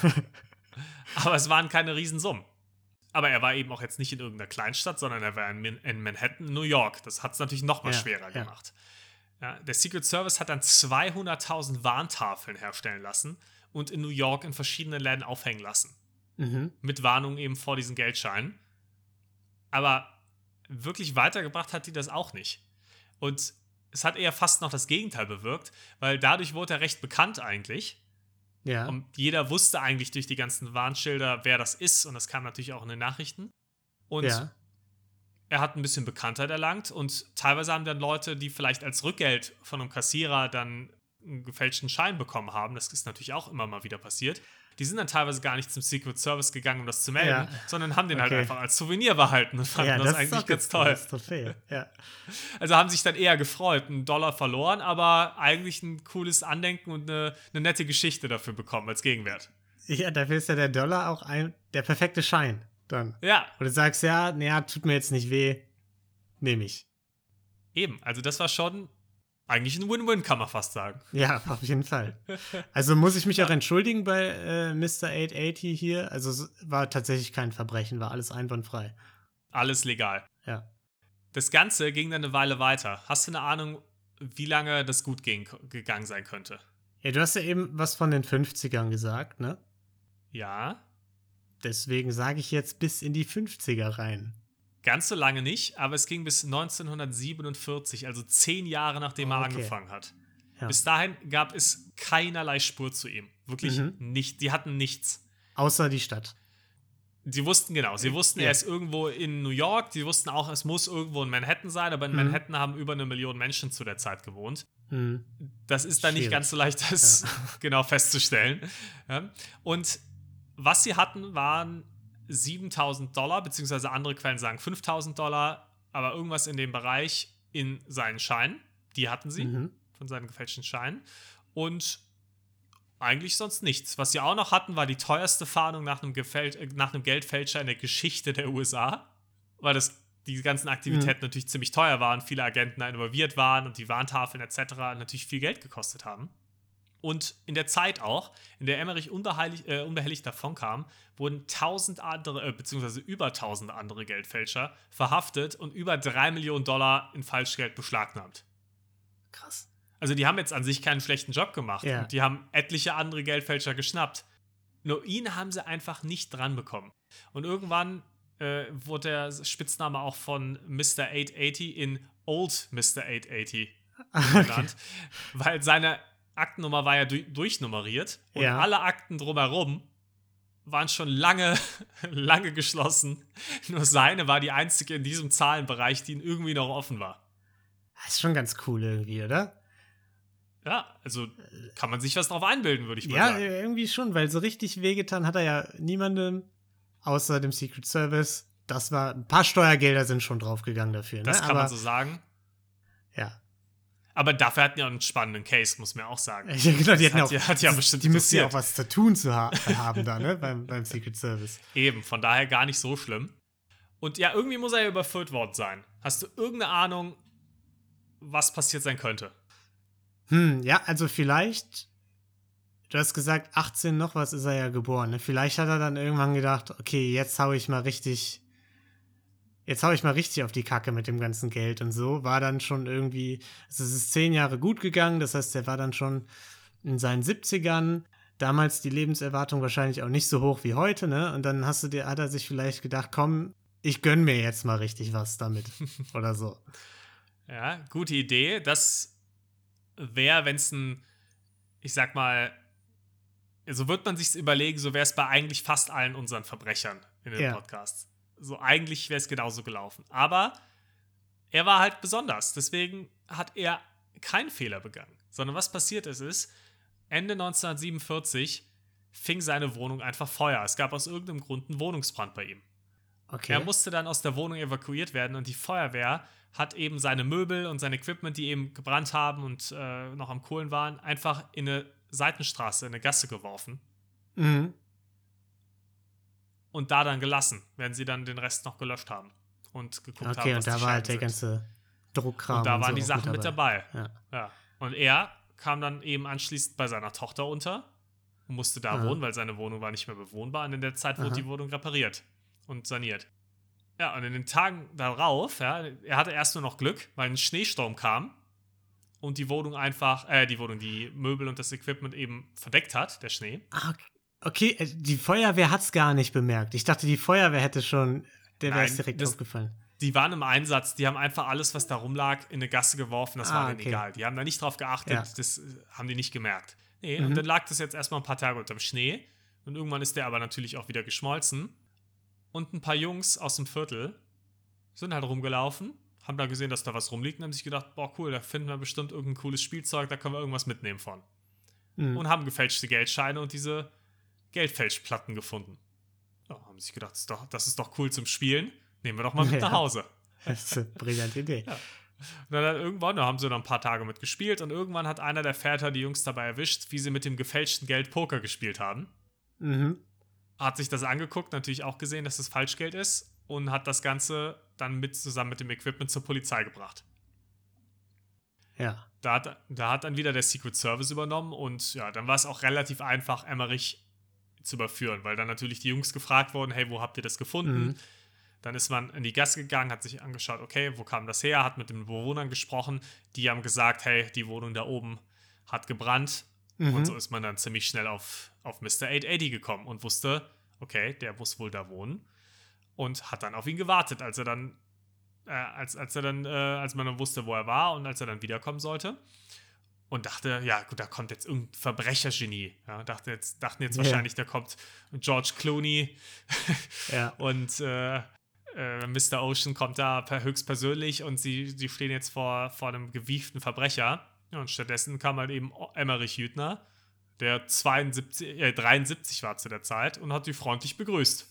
Aber es waren keine Riesensummen. Aber er war eben auch jetzt nicht in irgendeiner Kleinstadt, sondern er war in Manhattan, New York. Das hat es natürlich noch mal schwerer gemacht. Ja, der Secret Service hat dann 200.000 Warntafeln herstellen lassen und in New York in verschiedenen Läden aufhängen lassen. Mit Warnungen eben vor diesen Geldscheinen. Aber wirklich weitergebracht hat die das auch nicht. Und es hat eher fast noch das Gegenteil bewirkt, weil dadurch wurde er recht bekannt eigentlich.
Ja.
Und jeder wusste eigentlich durch die ganzen Warnschilder, wer das ist. Und das kam natürlich auch in den Nachrichten. Und er hat ein bisschen Bekanntheit erlangt. Und teilweise haben dann Leute, die vielleicht als Rückgeld von einem Kassierer dann einen gefälschten Schein bekommen haben, das ist natürlich auch immer mal wieder passiert, die sind dann teilweise gar nicht zum Secret Service gegangen, um das zu melden, sondern haben den halt einfach als Souvenir behalten und fanden das eigentlich ganz toll.
Das ist Trophäe.
Also haben sich dann eher gefreut, $1 verloren, aber eigentlich ein cooles Andenken und eine nette Geschichte dafür bekommen als Gegenwert.
Ja, dafür ist ja der Dollar auch der perfekte Schein dann.
Ja.
Und du sagst, tut mir jetzt nicht weh, nehme ich.
Eben, also das war schon eigentlich ein Win-Win, kann man fast sagen.
Ja, auf jeden Fall. Also muss ich mich auch entschuldigen bei Mr. 880 hier. Also es war tatsächlich kein Verbrechen, war alles einwandfrei.
Alles legal.
Ja.
Das Ganze ging dann eine Weile weiter. Hast du eine Ahnung, wie lange das gut gegangen sein könnte?
Ja, du hast ja eben was von den 50ern gesagt, ne?
Ja.
Deswegen sage ich jetzt bis in die 50er rein.
Ganz so lange nicht, aber es ging bis 1947, also 10 Jahre nachdem er angefangen hat. Ja. Bis dahin gab es keinerlei Spur zu ihm. Wirklich nicht. Die hatten nichts.
Außer die Stadt.
Sie wussten, er ist irgendwo in New York. Sie wussten auch, es muss irgendwo in Manhattan sein, aber in Manhattan haben über 1 Million Menschen zu der Zeit gewohnt. Das ist dann nicht ganz so leicht, das genau festzustellen. Ja. Und was sie hatten, waren $7.000, beziehungsweise andere Quellen sagen $5.000, aber irgendwas in dem Bereich in seinen Scheinen. Die hatten sie von seinen gefälschten Scheinen. Und eigentlich sonst nichts. Was sie auch noch hatten, war die teuerste Fahndung nach einem Geldfälscher in der Geschichte der USA, weil die ganzen Aktivitäten natürlich ziemlich teuer waren, viele Agenten da involviert waren und die Warntafeln etc. natürlich viel Geld gekostet haben. Und in der Zeit auch, in der Emmerich unbehelligt davonkam, wurden 1000 andere, beziehungsweise über 1000 andere Geldfälscher verhaftet und über $3 Millionen in Falschgeld beschlagnahmt.
Krass.
Also die haben jetzt an sich keinen schlechten Job gemacht.
Ja.
Und die haben etliche andere Geldfälscher geschnappt. Nur ihn haben sie einfach nicht dran bekommen. Und irgendwann wurde der Spitzname auch von Mr. 880 in Old Mr. 880 genannt, weil seine Aktennummer war ja durchnummeriert und alle Akten drumherum waren schon lange geschlossen. Nur seine war die einzige in diesem Zahlenbereich, die irgendwie noch offen war.
Das ist schon ganz cool irgendwie, oder?
Ja, also kann man sich was drauf einbilden, würde ich mal sagen.
Ja, irgendwie schon, weil so richtig wehgetan hat er ja niemandem, außer dem Secret Service. Das war, ein paar Steuergelder sind schon draufgegangen dafür, ne?
Das kann man so sagen.
Ja.
Aber dafür hatten die auch einen spannenden Case, muss man auch sagen.
Ja, genau, die
hat ja bestimmt
die müssten ja auch was zu tun haben da, ne, beim Secret Service.
Eben, von daher gar nicht so schlimm. Und ja, irgendwie muss er ja überführt worden sein. Hast du irgendeine Ahnung, was passiert sein könnte?
Ja, also vielleicht, du hast gesagt, 18 noch was ist er ja geboren, ne? Vielleicht hat er dann irgendwann gedacht, okay, jetzt hau ich mal richtig auf die Kacke mit dem ganzen Geld und so. War dann schon irgendwie, also es ist 10 Jahre gut gegangen, das heißt, er war dann schon in seinen 70ern. Damals die Lebenserwartung wahrscheinlich auch nicht so hoch wie heute, ne? Und dann hat er sich vielleicht gedacht, komm, ich gönn mir jetzt mal richtig was damit. Oder so.
Ja, gute Idee. Das wäre, wenn es ich sag mal, so wird man sich's überlegen, so wäre es bei eigentlich fast allen unseren Verbrechern in den Podcasts. So eigentlich wäre es genauso gelaufen. Aber er war halt besonders. Deswegen hat er keinen Fehler begangen. Sondern was passiert ist, Ende 1947 fing seine Wohnung einfach Feuer. Es gab aus irgendeinem Grund einen Wohnungsbrand bei ihm.
Okay.
Er musste dann aus der Wohnung evakuiert werden und die Feuerwehr hat eben seine Möbel und sein Equipment, die eben gebrannt haben und noch am Kohlen waren, einfach in eine Seitenstraße, in eine Gasse geworfen.
Mhm.
Und da dann gelassen, während sie dann den Rest noch gelöscht haben und geguckt haben, was
Okay, und da
die
war
Schäden
halt der
sind.
ganze Druckkram.
Und da waren
so
die Sachen mit dabei.
Ja.
Und er kam dann eben anschließend bei seiner Tochter unter und musste da wohnen, weil seine Wohnung war nicht mehr bewohnbar. Und in der Zeit wurde die Wohnung repariert und saniert. Ja, und in den Tagen darauf, er hatte erst nur noch Glück, weil ein Schneesturm kam und die Wohnung einfach, die Möbel und das Equipment eben verdeckt hat, der Schnee.
Okay, die Feuerwehr hat's gar nicht bemerkt. Ich dachte, die Feuerwehr hätte schon, der wäre es direkt aufgefallen.
Die waren im Einsatz, die haben einfach alles, was da rumlag, in eine Gasse geworfen, das war denen egal. Die haben da nicht drauf geachtet, das haben die nicht gemerkt. Nee, und dann lag das jetzt erstmal ein paar Tage unterm Schnee und irgendwann ist der aber natürlich auch wieder geschmolzen. Und ein paar Jungs aus dem Viertel sind halt rumgelaufen, haben da gesehen, dass da was rumliegt und haben sich gedacht, boah cool, da finden wir bestimmt irgendein cooles Spielzeug, da können wir irgendwas mitnehmen von. Und haben gefälschte Geldscheine und diese Geldfälschplatten gefunden. Ja, haben sich gedacht, das ist doch cool zum Spielen, nehmen wir doch mal mit nach Hause.
Das ist eine brillante Idee.
Ja. Und dann irgendwann, da haben sie noch ein paar Tage mit gespielt und irgendwann hat einer der Väter die Jungs dabei erwischt, wie sie mit dem gefälschten Geld Poker gespielt haben. Hat sich das angeguckt, natürlich auch gesehen, dass das Falschgeld ist und hat das Ganze dann zusammen mit dem Equipment zur Polizei gebracht.
Ja.
Da hat dann wieder der Secret Service übernommen und ja, dann war es auch relativ einfach, Emmerich zu überführen, weil dann natürlich die Jungs gefragt wurden, hey, wo habt ihr das gefunden? Dann ist man in die Gasse gegangen, hat sich angeschaut, okay, wo kam das her? Hat mit den Bewohnern gesprochen, die haben gesagt, hey, die Wohnung da oben hat gebrannt. Und so ist man dann ziemlich schnell auf Mr. 880 gekommen und wusste, okay, der muss wohl da wohnen. Und hat dann auf ihn gewartet, als man dann wusste, wo er war und als er dann wiederkommen sollte. Und dachte, ja gut, da kommt jetzt irgendein Verbrechergenie. Ja, dachten jetzt wahrscheinlich, da kommt George Clooney und Mr. Ocean kommt da höchstpersönlich und sie stehen jetzt vor einem gewieften Verbrecher. Ja, und stattdessen kam halt eben Emmerich Hüttner, der 73 war zu der Zeit und hat sie freundlich begrüßt.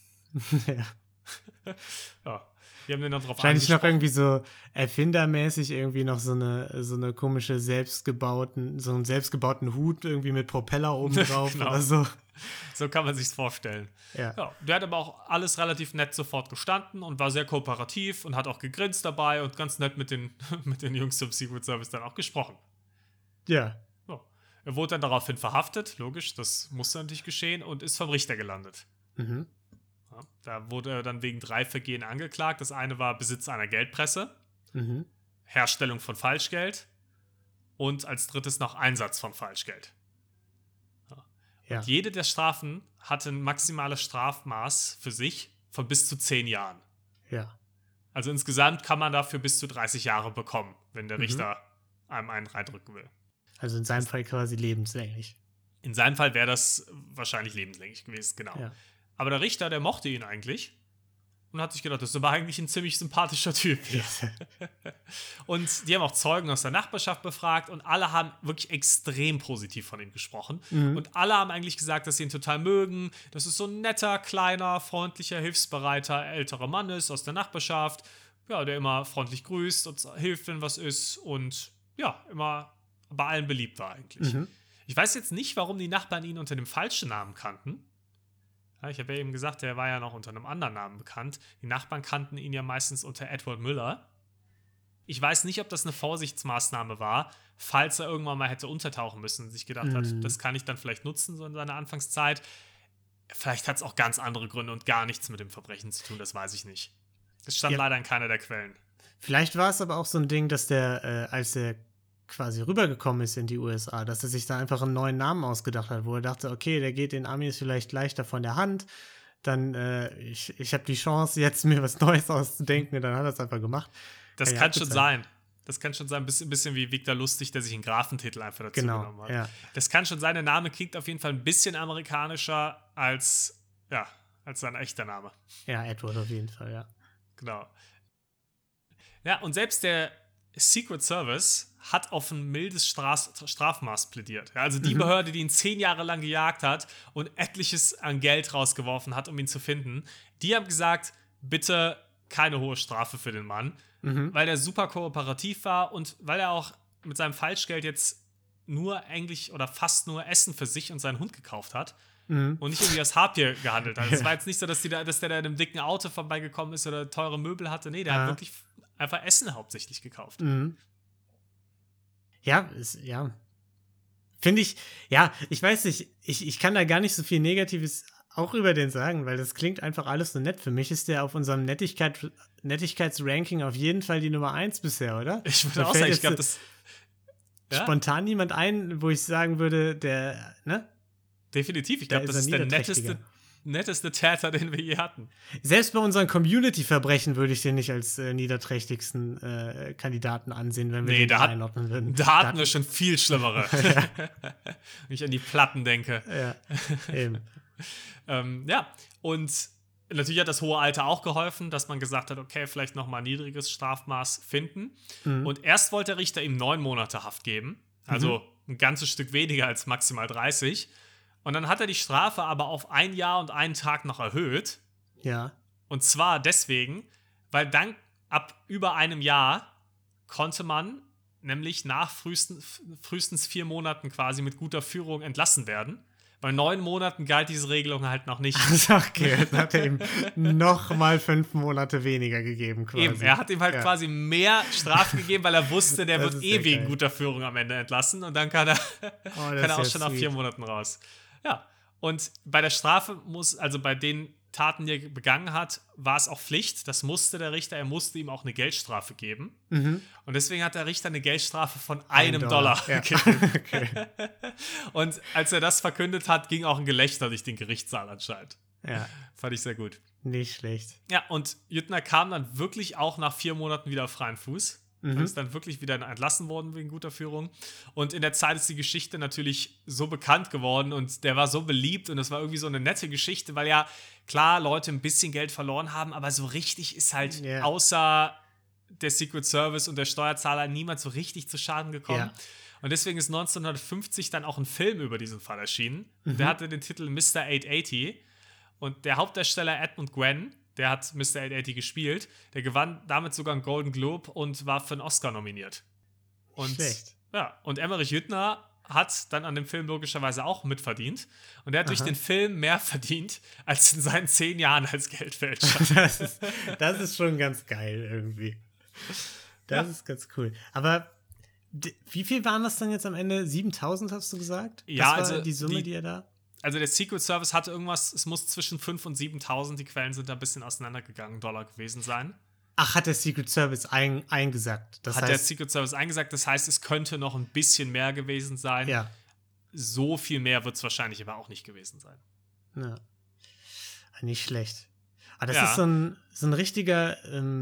Ja. Wir haben den dann drauf
wahrscheinlich noch irgendwie so erfindermäßig irgendwie noch so eine komische so einen selbstgebauten Hut irgendwie mit Propeller oben drauf
genau.
Oder so.
So kann man sich's vorstellen.
Ja.
Der hat aber auch alles relativ nett sofort gestanden und war sehr kooperativ und hat auch gegrinst dabei und ganz nett mit den Jungs zum Secret Service dann auch gesprochen.
Ja.
Er wurde dann daraufhin verhaftet, logisch, das musste natürlich geschehen, und ist vom Richter gelandet. Ja, da wurde er dann wegen 3 Vergehen angeklagt. Das eine war Besitz einer Geldpresse, Herstellung von Falschgeld und als drittes noch Einsatz von Falschgeld. Ja. Und jede der Strafen hatte ein maximales Strafmaß für sich von bis zu 10 Jahren.
Ja.
Also insgesamt kann man dafür bis zu 30 Jahre bekommen, wenn der Richter einem einen reindrücken will.
Also in seinem Fall quasi lebenslänglich.
In seinem Fall wäre das wahrscheinlich lebenslänglich gewesen, genau. Ja. Aber der Richter, der mochte ihn eigentlich und hat sich gedacht, das ist aber eigentlich ein ziemlich sympathischer Typ. Ja. Und die haben auch Zeugen aus der Nachbarschaft befragt und alle haben wirklich extrem positiv von ihm gesprochen. Und alle haben eigentlich gesagt, dass sie ihn total mögen, dass es so ein netter, kleiner, freundlicher, hilfsbereiter, älterer Mann ist aus der Nachbarschaft, ja, der immer freundlich grüßt und hilft, wenn was ist und ja, immer bei allen beliebt war eigentlich. Ich weiß jetzt nicht, warum die Nachbarn ihn unter dem falschen Namen kannten. Ja, ich habe ja eben gesagt, der war ja noch unter einem anderen Namen bekannt. Die Nachbarn kannten ihn ja meistens unter Edward Müller. Ich weiß nicht, ob das eine Vorsichtsmaßnahme war, falls er irgendwann mal hätte untertauchen müssen und sich gedacht hat, das kann ich dann vielleicht nutzen, so in seiner Anfangszeit. Vielleicht hat es auch ganz andere Gründe und gar nichts mit dem Verbrechen zu tun, das weiß ich nicht. Das stand leider in keiner der Quellen.
Vielleicht war es aber auch so ein Ding, dass der, als er quasi rübergekommen ist in die USA, dass er sich da einfach einen neuen Namen ausgedacht hat, wo er dachte, okay, der geht den Amis vielleicht leichter von der Hand, dann ich habe die Chance, jetzt mir was Neues auszudenken und dann hat er es einfach gemacht.
Das kann schon sein. Das kann schon sein, ein bisschen wie Victor Lustig, der sich einen Grafentitel einfach dazu genommen hat. Ja. Das kann schon sein, der Name klingt auf jeden Fall ein bisschen amerikanischer als sein echter Name.
Ja, Edward auf jeden Fall, ja.
Genau. Ja, und selbst der Secret Service hat auf ein mildes Strafmaß plädiert. Ja, also die Behörde, die ihn 10 Jahre lang gejagt hat und etliches an Geld rausgeworfen hat, um ihn zu finden, die haben gesagt, bitte keine hohe Strafe für den Mann, weil er super kooperativ war und weil er auch mit seinem Falschgeld jetzt nur eigentlich oder fast nur Essen für sich und seinen Hund gekauft hat. Und nicht irgendwie als Habgier gehandelt hat. Es war jetzt nicht so, dass der da in einem dicken Auto vorbeigekommen ist oder teure Möbel hatte. Nee, der hat wirklich einfach Essen hauptsächlich gekauft.
Ja, finde ich, ich weiß nicht, ich kann da gar nicht so viel Negatives auch über den sagen, weil das klingt einfach alles so nett. Für mich ist der auf unserem Nettigkeitsranking auf jeden Fall die Nummer 1 bisher, oder?
Ich würde auch sagen, ich glaube, das
spontan niemand ein, wo ich sagen würde, der, ne?
Definitiv, ich glaube, das ist der netteste Täter, den wir je hatten.
Selbst bei unseren Community-Verbrechen würde ich den nicht als niederträchtigsten Kandidaten ansehen, wenn wir den einordnen würden.
Da hatten wir schon viel Schlimmere. Wenn ich an die Platten denke.
Ja, eben.
Und natürlich hat das hohe Alter auch geholfen, dass man gesagt hat, okay, vielleicht nochmal ein niedriges Strafmaß finden. Und erst wollte der Richter ihm 9 Monate Haft geben, also ein ganzes Stück weniger als maximal 30. Und dann hat er die Strafe aber auf 1 Jahr und 1 Tag noch erhöht.
Ja.
Und zwar deswegen, weil dann ab über einem Jahr konnte man nämlich nach frühestens 4 Monaten quasi mit guter Führung entlassen werden. Bei 9 Monaten galt diese Regelung halt noch nicht.
Also okay, dann hat er ihm nochmal 5 Monate weniger gegeben quasi.
Eben, er hat ihm halt quasi mehr Strafe gegeben, weil er wusste, der wird wegen guter Führung am Ende entlassen und dann kann er auch schon nach 4 Monaten raus. Ja, und bei der Strafe bei den Taten, die er begangen hat, war es auch Pflicht. Das musste der Richter, er musste ihm auch eine Geldstrafe geben. Und deswegen hat der Richter eine Geldstrafe von $1 gegeben. Okay. Und als er das verkündet hat, ging auch ein Gelächter durch den Gerichtssaal anscheinend.
Ja.
Fand ich sehr gut.
Nicht schlecht.
Ja, und Jüttner kam dann wirklich auch nach 4 Monaten wieder auf freien Fuß. Ist dann wirklich wieder entlassen worden wegen guter Führung. Und in der Zeit ist die Geschichte natürlich so bekannt geworden und der war so beliebt und das war irgendwie so eine nette Geschichte, weil ja, klar, Leute ein bisschen Geld verloren haben, aber so richtig ist halt außer der Secret Service und der Steuerzahler niemand so richtig zu Schaden gekommen. Ja. Und deswegen ist 1950 dann auch ein Film über diesen Fall erschienen. Der hatte den Titel Mr. 880 und der Hauptdarsteller Edmund Gwenn, der hat Mr. 880 gespielt. Der gewann damit sogar einen Golden Globe und war für einen Oscar nominiert. Und,
schlecht.
Ja, und Emmerich Jüttner hat dann an dem Film logischerweise auch mitverdient. Und er hat durch den Film mehr verdient als in seinen 10 Jahren als Geldfälscher.
Das ist schon ganz geil irgendwie. Das ist ganz cool. Aber wie viel waren das dann jetzt am Ende? 7.000 hast du gesagt?
Ja,
das war die Summe, die er da...
Also der Secret Service hatte irgendwas, es muss zwischen 5.000 und 7.000, die Quellen sind da ein bisschen auseinandergegangen, $, gewesen sein.
Ach, hat der Secret Service eingesagt?
Das heißt, der Secret Service eingesagt, das heißt, es könnte noch ein bisschen mehr gewesen sein.
Ja.
So viel mehr wird es wahrscheinlich aber auch nicht gewesen sein.
Ja. Nicht schlecht. Aber das ist so ein richtiger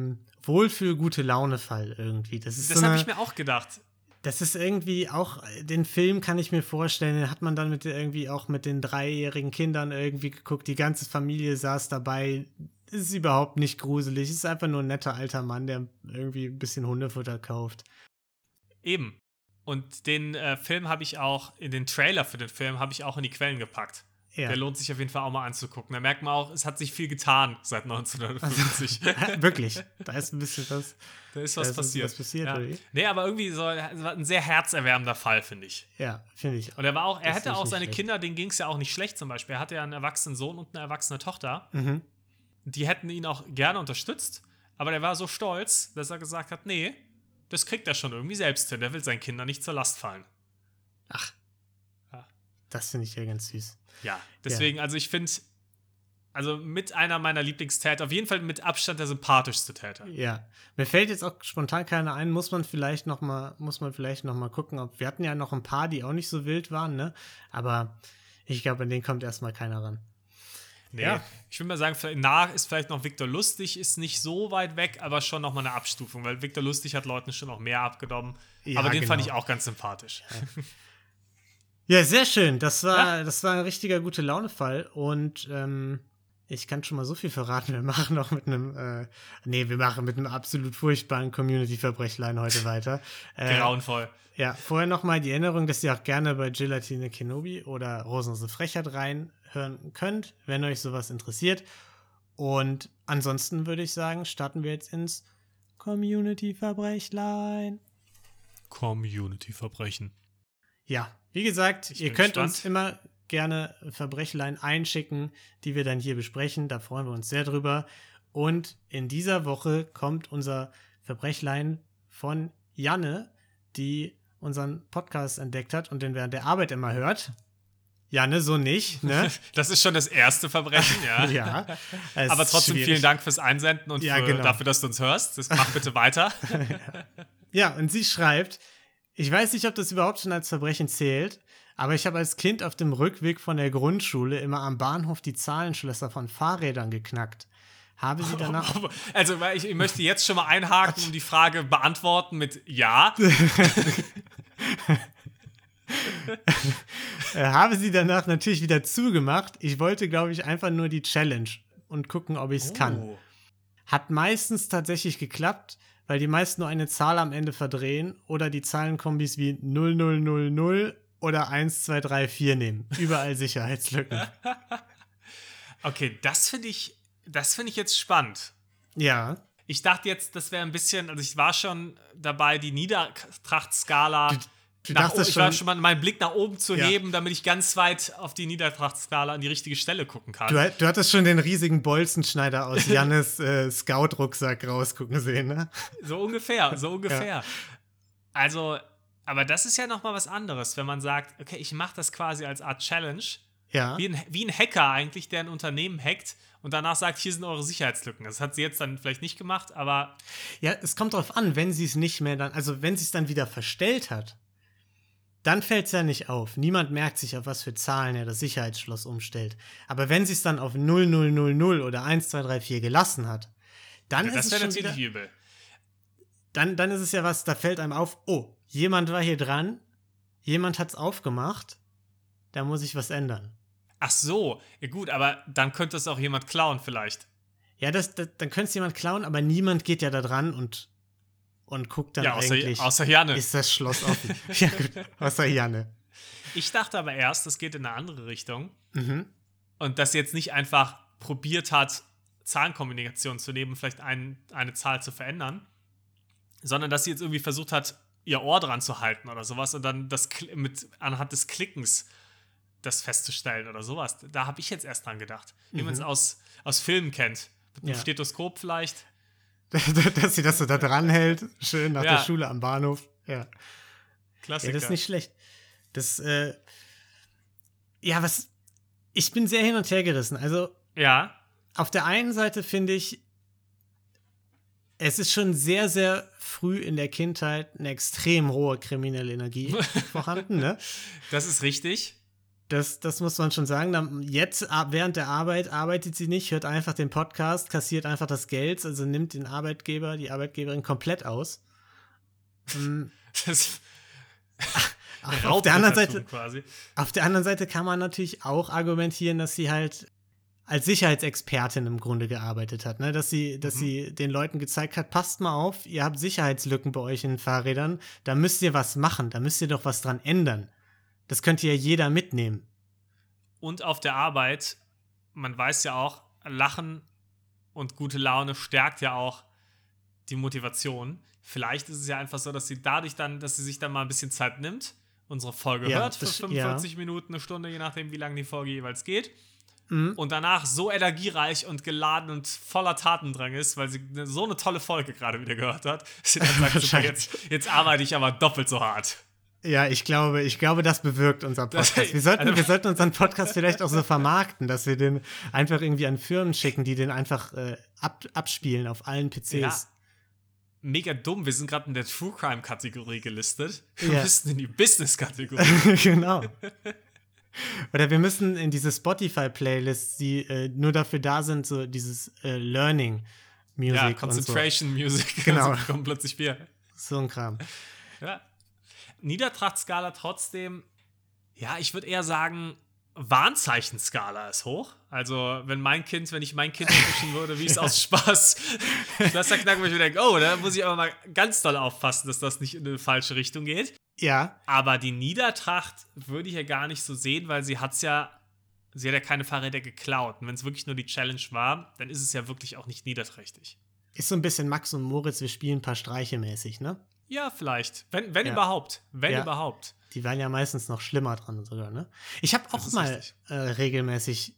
Wohlfühl-Gute-Laune-Fall irgendwie. Das
habe ich mir auch gedacht.
Das ist irgendwie auch, den Film kann ich mir vorstellen, den hat man dann irgendwie auch mit den 3-jährigen Kindern irgendwie geguckt, die ganze Familie saß dabei, ist überhaupt nicht gruselig. Es ist einfach nur ein netter alter Mann, der irgendwie ein bisschen Hundefutter kauft.
Eben. Und den Film habe ich auch, in den Trailer für den Film habe ich auch in die Quellen gepackt. Ja. Der lohnt sich auf jeden Fall auch mal anzugucken. Da merkt man auch, es hat sich viel getan seit 1950.
Wirklich, da ist ein bisschen was.
Da ist was passiert.
Was passiert,
ja.
oder?
Nee, aber irgendwie so ein sehr herzerwärmender Fall, finde ich.
Ja, finde ich.
Und er hätte auch seine Kinder, denen ging es ja auch nicht schlecht zum Beispiel. Er hatte ja einen erwachsenen Sohn und eine erwachsene Tochter.
Mhm.
Die hätten ihn auch gerne unterstützt, aber der war so stolz, dass er gesagt hat, nee, das kriegt er schon irgendwie selbst hin. Der will seinen Kindern nicht zur Last fallen.
Ach. Ja. Das finde ich ja ganz süß.
Ja, deswegen, also ich finde, mit einer meiner Lieblingstäter, auf jeden Fall mit Abstand der sympathischste Täter.
Ja, mir fällt jetzt auch spontan keiner ein, muss man vielleicht noch mal gucken, wir hatten ja noch ein paar, die auch nicht so wild waren, ne? Aber ich glaube, an den kommt erstmal keiner ran.
Nee, ja. Ich würde mal sagen, nach ist vielleicht noch Viktor Lustig, ist nicht so weit weg, aber schon nochmal eine Abstufung, weil Viktor Lustig hat Leuten schon noch mehr abgenommen. Ja, aber den fand ich auch ganz sympathisch.
Ja. Ja, sehr schön. Das war ein richtiger Gute-Laune-Fall. Und ich kann schon mal so viel verraten. Wir machen noch mit einem absolut furchtbaren Community-Verbrechlein heute weiter.
Grauenvoll.
Ja, vorher nochmal die Erinnerung, dass ihr auch gerne bei Gelatine Kenobi oder Rosenlose Frechheit reinhören könnt, wenn euch sowas interessiert. Und ansonsten würde ich sagen, starten wir jetzt ins Community-Verbrechlein.
Community-Verbrechen.
Ja, wie gesagt, ihr könnt uns immer gerne Verbrechlein einschicken, die wir dann hier besprechen. Da freuen wir uns sehr drüber. Und in dieser Woche kommt unser Verbrechlein von Janne, die unseren Podcast entdeckt hat und den während der Arbeit immer hört. Janne, so nicht, ne?
Das ist schon das erste Verbrechen, ja.
Ja.
Aber trotzdem vielen Dank fürs Einsenden und dafür, dass du uns hörst. Das mach bitte weiter.
Ja, und sie schreibt, ich weiß nicht, ob das überhaupt schon als Verbrechen zählt, aber ich habe als Kind auf dem Rückweg von der Grundschule immer am Bahnhof die Zahlenschlösser von Fahrrädern geknackt. Habe sie danach...
Also, ich möchte jetzt schon mal einhaken und die Frage beantworten mit Ja.
Habe sie danach natürlich wieder zugemacht. Ich wollte, glaube ich, einfach nur die Challenge und gucken, ob ich es kann. Hat meistens tatsächlich geklappt, weil die meisten nur eine Zahl am Ende verdrehen oder die Zahlenkombis wie 0000 oder 1, 2, 3, 4 nehmen. Überall Sicherheitslücken.
Okay, das finde ich jetzt spannend.
Ja.
Ich dachte jetzt, das wäre ein bisschen, also ich war schon dabei, die Niedertrachtskala ich war schon mal meinen Blick nach oben zu heben, damit ich ganz weit auf die Niedertrachtskala an die richtige Stelle gucken kann.
Du hattest schon den riesigen Bolzenschneider aus Jannes Scout-Rucksack rausgucken sehen, ne?
So ungefähr. Ja. Also, aber das ist ja noch mal was anderes, wenn man sagt, okay, ich mache das quasi als Art Challenge.
Ja.
Wie ein Hacker eigentlich, der ein Unternehmen hackt und danach sagt, hier sind eure Sicherheitslücken. Das hat sie jetzt dann vielleicht nicht gemacht, aber...
Ja, es kommt drauf an, wenn sie es nicht mehr dann, also wenn sie es dann wieder verstellt hat, dann fällt es ja nicht auf. Niemand merkt sich, auf was für Zahlen er das Sicherheitsschloss umstellt. Aber wenn sie es dann auf 0000 oder 1, 2, 3, 4 gelassen hat, dann ist es schon
natürlich
wieder,
übel.
Dann ist es ja was, da fällt einem auf, oh, jemand war hier dran, jemand hat es aufgemacht, da muss ich was ändern.
Ach so, ja gut, aber dann könnte es auch jemand klauen vielleicht.
Ja, dann könnte es jemand klauen, aber niemand geht ja da dran und guckt dann
außer Janne.
Ist das Schloss offen. Ja, gut, außer Janne.
Ich dachte aber erst, das geht in eine andere Richtung.
Mhm.
Und dass sie jetzt nicht einfach probiert hat, Zahlenkombinationen zu nehmen, vielleicht eine Zahl zu verändern, sondern dass sie jetzt irgendwie versucht hat, ihr Ohr dran zu halten oder sowas und dann anhand des Klickens das festzustellen oder sowas. Da habe ich jetzt erst dran gedacht. Wie man es aus Filmen kennt. Mit einem Stethoskop vielleicht.
Dass sie das so da dran hält, schön nach der Schule am Bahnhof. Ja.
Klassiker.
Ja, das ist nicht schlecht. Das, ich bin sehr hin und her gerissen. Also, auf der einen Seite finde ich, es ist schon sehr, sehr früh in der Kindheit eine extrem hohe kriminelle Energie vorhanden, ne?
Das ist richtig.
Das muss man schon sagen. Jetzt, während der Arbeit, arbeitet sie nicht, hört einfach den Podcast, kassiert einfach das Geld, also nimmt den Arbeitgeber, die Arbeitgeberin komplett aus. Auf der anderen Seite kann man natürlich auch argumentieren, dass sie halt als Sicherheitsexpertin im Grunde gearbeitet hat, ne? Dass sie den Leuten gezeigt hat, passt mal auf, ihr habt Sicherheitslücken bei euch in den Fahrrädern, da müsst ihr was machen, da müsst ihr doch was dran ändern. Das könnte ja jeder mitnehmen.
Und auf der Arbeit, man weiß ja auch, Lachen und gute Laune stärkt ja auch die Motivation. Vielleicht ist es ja einfach so, dass sie sich dann mal ein bisschen Zeit nimmt, unsere Folge hört für 45 Minuten, eine Stunde, je nachdem, wie lange die Folge jeweils geht. Und danach so energiereich und geladen und voller Tatendrang ist, weil sie so eine tolle Folge gerade wieder gehört hat, dass sie dann sagt, super, jetzt arbeite ich aber doppelt so hart.
Ja, ich glaube, das bewirkt unser Podcast. Wir sollten unseren Podcast vielleicht auch so vermarkten, dass wir den einfach irgendwie an Firmen schicken, die den einfach abspielen auf allen PCs. Ja.
Mega dumm, wir sind gerade in der True Crime-Kategorie gelistet. Wir müssen in die Business-Kategorie.
Genau. Oder wir müssen in diese Spotify-Playlists, die nur dafür da sind, so dieses Learning Music.
Ja, Concentration Music.
Genau.
Also kommen plötzlich Bier.
So ein Kram.
Ja. Niedertrachtskala trotzdem, ja, ich würde eher sagen, Warnzeichenskala ist hoch. Also, wenn ich mein Kind erwischen würde, wie es aus Spaß Pflasterknacken, wo ich mir denke, oh, da muss ich aber mal ganz doll aufpassen, dass das nicht in eine falsche Richtung geht.
Ja.
Aber die Niedertracht würde ich ja gar nicht so sehen, weil sie hat ja keine Fahrräder geklaut. Und wenn es wirklich nur die Challenge war, dann ist es ja wirklich auch nicht niederträchtig.
Ist so ein bisschen Max und Moritz, wir spielen ein paar Streiche mäßig, ne?
Ja, vielleicht. Wenn überhaupt. Wenn überhaupt.
Die waren ja meistens noch schlimmer dran sogar, ne? Ich habe auch mal regelmäßig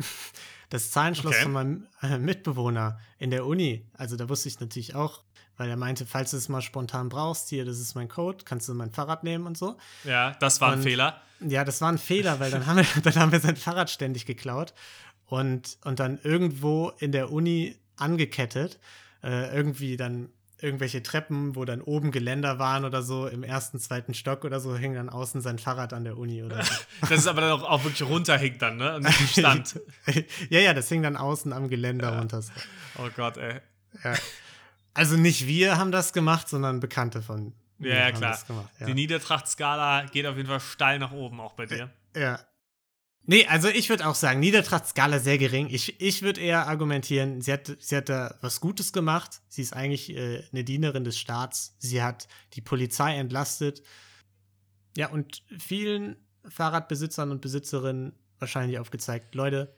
das Zahlenschloss von meinem Mitbewohner in der Uni. Also da wusste ich natürlich auch, weil er meinte, falls du es mal spontan brauchst, hier, das ist mein Code, kannst du mein Fahrrad nehmen und so.
Ja, das war ein Fehler.
Ja, das war ein Fehler, weil dann haben wir sein Fahrrad ständig geklaut und dann irgendwo in der Uni angekettet. Irgendwie dann irgendwelche Treppen, wo dann oben Geländer waren oder so, im 1., 2. Stock oder so, hing dann außen sein Fahrrad an der Uni oder so.
Das ist aber dann auch wirklich runterhing dann, ne? Und nicht stand.
Ja, das hing dann außen am Geländer runter. So.
Oh Gott, ey.
Ja. Also nicht wir haben das gemacht, sondern Bekannte von mir
ja,
haben
klar.
das gemacht. Ja.
Die Niedertrachtskala geht auf jeden Fall steil nach oben, auch bei dir.
Ja. Nee, also ich würde auch sagen, Niedertrachtskala sehr gering. Ich würde eher argumentieren, sie hat da was Gutes gemacht. Sie ist eigentlich eine Dienerin des Staats. Sie hat die Polizei entlastet. Ja, und vielen Fahrradbesitzern und Besitzerinnen wahrscheinlich aufgezeigt, Leute,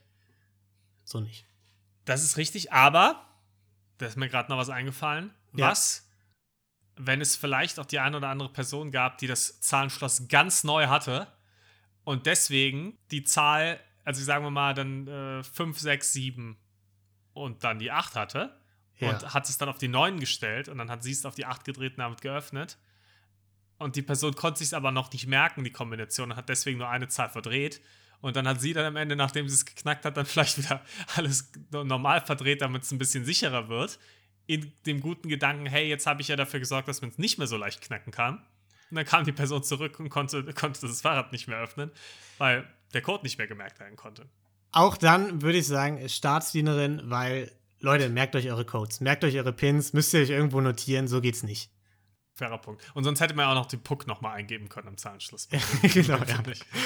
so nicht.
Das ist richtig, aber da ist mir gerade noch was eingefallen.
Ja.
Was, wenn es vielleicht auch die eine oder andere Person gab, die das Zahlenschloss ganz neu hatte und deswegen die Zahl, also sagen wir mal dann 5, 6, 7 und dann die 8 hatte und hat es dann auf die 9 gestellt und dann hat sie es auf die 8 gedreht und damit geöffnet und die Person konnte sich es aber noch nicht merken, die Kombination, und hat deswegen nur eine Zahl verdreht. Und dann hat sie dann am Ende, nachdem sie es geknackt hat, dann vielleicht wieder alles normal verdreht, damit es ein bisschen sicherer wird. In dem guten Gedanken, hey, jetzt habe ich ja dafür gesorgt, dass man es nicht mehr so leicht knacken kann. Und dann kam die Person zurück und konnte das Fahrrad nicht mehr öffnen, weil der Code nicht mehr gemerkt werden konnte.
Auch dann würde ich sagen, Staatsdienerin, weil, Leute, merkt euch eure Codes, merkt euch eure Pins, müsst ihr euch irgendwo notieren, so geht's nicht.
Fairer Punkt. Und sonst hätte man ja auch noch den Puck nochmal eingeben können am Zahlenschluss.
Genau, ja.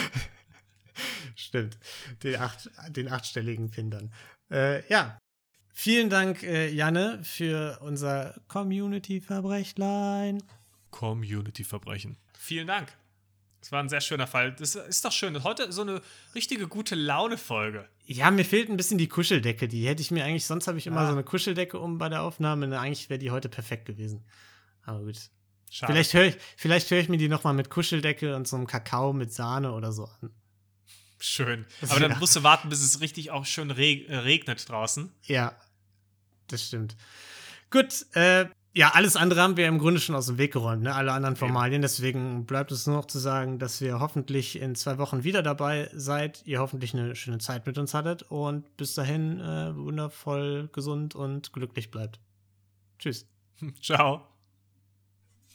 Stimmt. Den 8-stelligen Pin dann. Ja. Vielen Dank, Janne, für unser Community-Verbrechlein.
Community-Verbrechen. Vielen Dank. Das war ein sehr schöner Fall. Das ist doch schön. Heute so eine richtige gute Laune-Folge.
Ja, mir fehlt ein bisschen die Kuscheldecke. Die hätte ich mir eigentlich, sonst habe ich immer so eine Kuscheldecke bei der Aufnahme. Eigentlich wäre die heute perfekt gewesen. Aber gut. Schade. Vielleicht höre ich mir die nochmal mit Kuscheldecke und so einem Kakao mit Sahne oder so an.
Schön. Aber dann musst du warten, bis es richtig auch schön regnet draußen.
Ja, das stimmt. Gut, ja, alles andere haben wir im Grunde schon aus dem Weg geräumt, ne? Alle anderen Formalien. Deswegen bleibt es nur noch zu sagen, dass wir hoffentlich in 2 Wochen wieder dabei seid. Ihr hoffentlich eine schöne Zeit mit uns hattet. Und bis dahin wundervoll, gesund und glücklich bleibt. Tschüss.
Ciao.